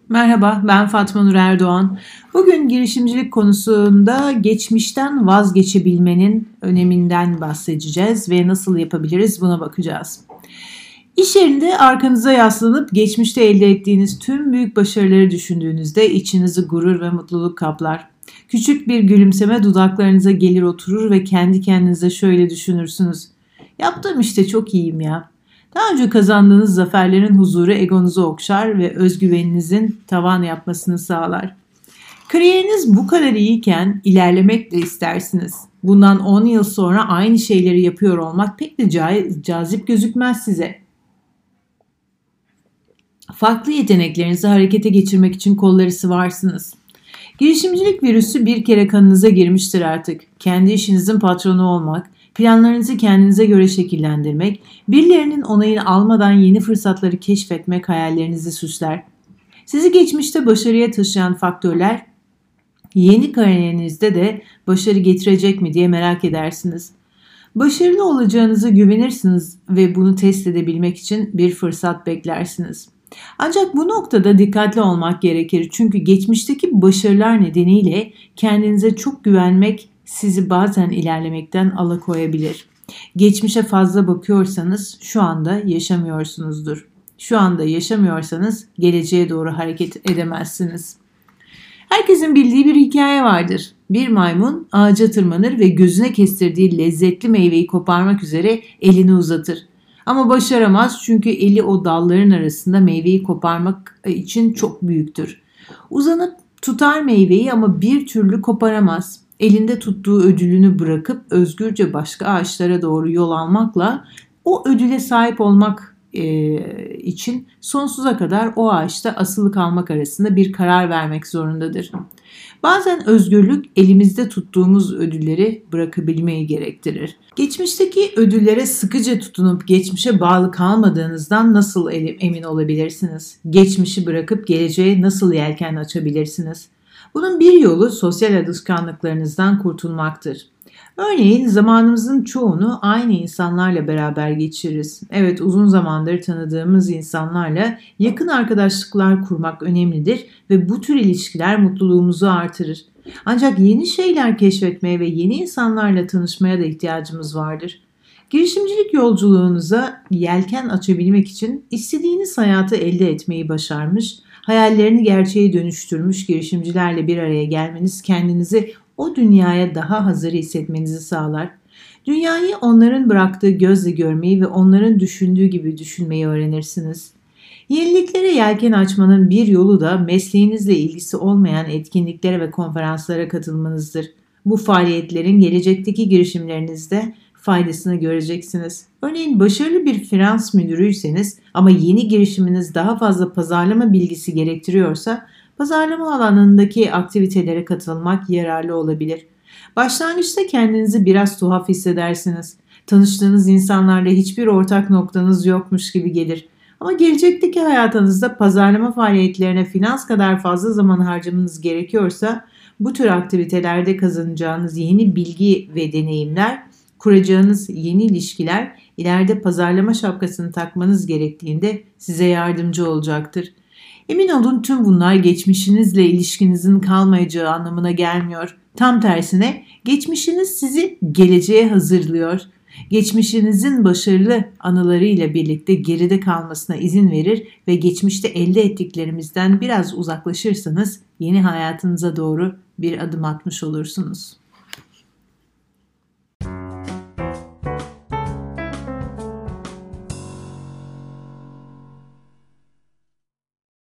Merhaba, ben Fatma Nur Erdoğan. Bugün girişimcilik konusunda geçmişten vazgeçebilmenin öneminden bahsedeceğiz ve nasıl yapabiliriz buna bakacağız. İş yerinde arkanıza yaslanıp geçmişte elde ettiğiniz tüm büyük başarıları düşündüğünüzde içinizi gurur ve mutluluk kaplar. Küçük bir gülümseme dudaklarınıza gelir oturur ve kendi kendinize şöyle düşünürsünüz. Yaptığım işte çok iyiyim ya. Daha önce kazandığınız zaferlerin huzuru egonuzu okşar ve özgüveninizin tavan yapmasını sağlar. Kariyeriniz bu kadar iyiyken ilerlemek de istersiniz. Bundan 10 yıl sonra aynı şeyleri yapıyor olmak pek de cazip gözükmez size. Farklı yeteneklerinizi harekete geçirmek için kolları sıvarsınız. Girişimcilik virüsü bir kere kanınıza girmiştir artık. Kendi işinizin patronu olmak, planlarınızı kendinize göre şekillendirmek, birilerinin onayını almadan yeni fırsatları keşfetmek hayallerinizi süsler. Sizi geçmişte başarıya taşıyan faktörler yeni kariyerinizde de başarı getirecek mi diye merak edersiniz. Başarılı olacağınızı güvenirsiniz ve bunu test edebilmek için bir fırsat beklersiniz. Ancak bu noktada dikkatli olmak gerekir. Çünkü geçmişteki başarılar nedeniyle kendinize çok güvenmek sizi bazen ilerlemekten alıkoyabilir. Geçmişe fazla bakıyorsanız şu anda yaşamıyorsunuzdur. Şu anda yaşamıyorsanız geleceğe doğru hareket edemezsiniz. Herkesin bildiği bir hikaye vardır. Bir maymun ağaca tırmanır ve gözüne kestirdiği lezzetli meyveyi koparmak üzere elini uzatır. Ama başaramaz çünkü eli o dalların arasında meyveyi koparmak için çok büyüktür. Uzanıp tutar meyveyi ama bir türlü koparamaz. Elinde tuttuğu ödülünü bırakıp özgürce başka ağaçlara doğru yol almakla o ödüle sahip olmak için sonsuza kadar o ağaçta asılı kalmak arasında bir karar vermek zorundadır. Bazen özgürlük elimizde tuttuğumuz ödülleri bırakabilmeyi gerektirir. Geçmişteki ödüllere sıkıca tutunup geçmişe bağlı kalmadığınızdan nasıl emin olabilirsiniz? Geçmişi bırakıp geleceğe nasıl yelken açabilirsiniz? Bunun bir yolu sosyal alışkanlıklarınızdan kurtulmaktır. Örneğin zamanımızın çoğunu aynı insanlarla beraber geçiririz. Evet, uzun zamandır tanıdığımız insanlarla yakın arkadaşlıklar kurmak önemlidir ve bu tür ilişkiler mutluluğumuzu artırır. Ancak yeni şeyler keşfetmeye ve yeni insanlarla tanışmaya da ihtiyacımız vardır. Girişimcilik yolculuğunuza yelken açabilmek için istediğiniz hayatı elde etmeyi başarmış, hayallerini gerçeğe dönüştürmüş girişimcilerle bir araya gelmeniz kendinizi o dünyaya daha hazır hissetmenizi sağlar. Dünyayı onların bıraktığı gözle görmeyi ve onların düşündüğü gibi düşünmeyi öğrenirsiniz. Yeniliklere yelken açmanın bir yolu da mesleğinizle ilgisi olmayan etkinliklere ve konferanslara katılmanızdır. Bu faaliyetlerin gelecekteki girişimlerinizde faydasını göreceksiniz. Örneğin başarılı bir finans müdürüyseniz ama yeni girişiminiz daha fazla pazarlama bilgisi gerektiriyorsa pazarlama alanındaki aktivitelere katılmak yararlı olabilir. Başlangıçta kendinizi biraz tuhaf hissedersiniz. Tanıştığınız insanlarla hiçbir ortak noktanız yokmuş gibi gelir. Ama gelecekteki hayatınızda pazarlama faaliyetlerine finans kadar fazla zaman harcamanız gerekiyorsa bu tür aktivitelerde kazanacağınız yeni bilgi ve deneyimler, kuracağınız yeni ilişkiler ileride pazarlama şapkasını takmanız gerektiğinde size yardımcı olacaktır. Emin olun tüm bunlar geçmişinizle ilişkinizin kalmayacağı anlamına gelmiyor. Tam tersine geçmişiniz sizi geleceğe hazırlıyor. Geçmişinizin başarılı anılarıyla birlikte geride kalmasına izin verir ve geçmişte elde ettiklerimizden biraz uzaklaşırsanız yeni hayatınıza doğru bir adım atmış olursunuz.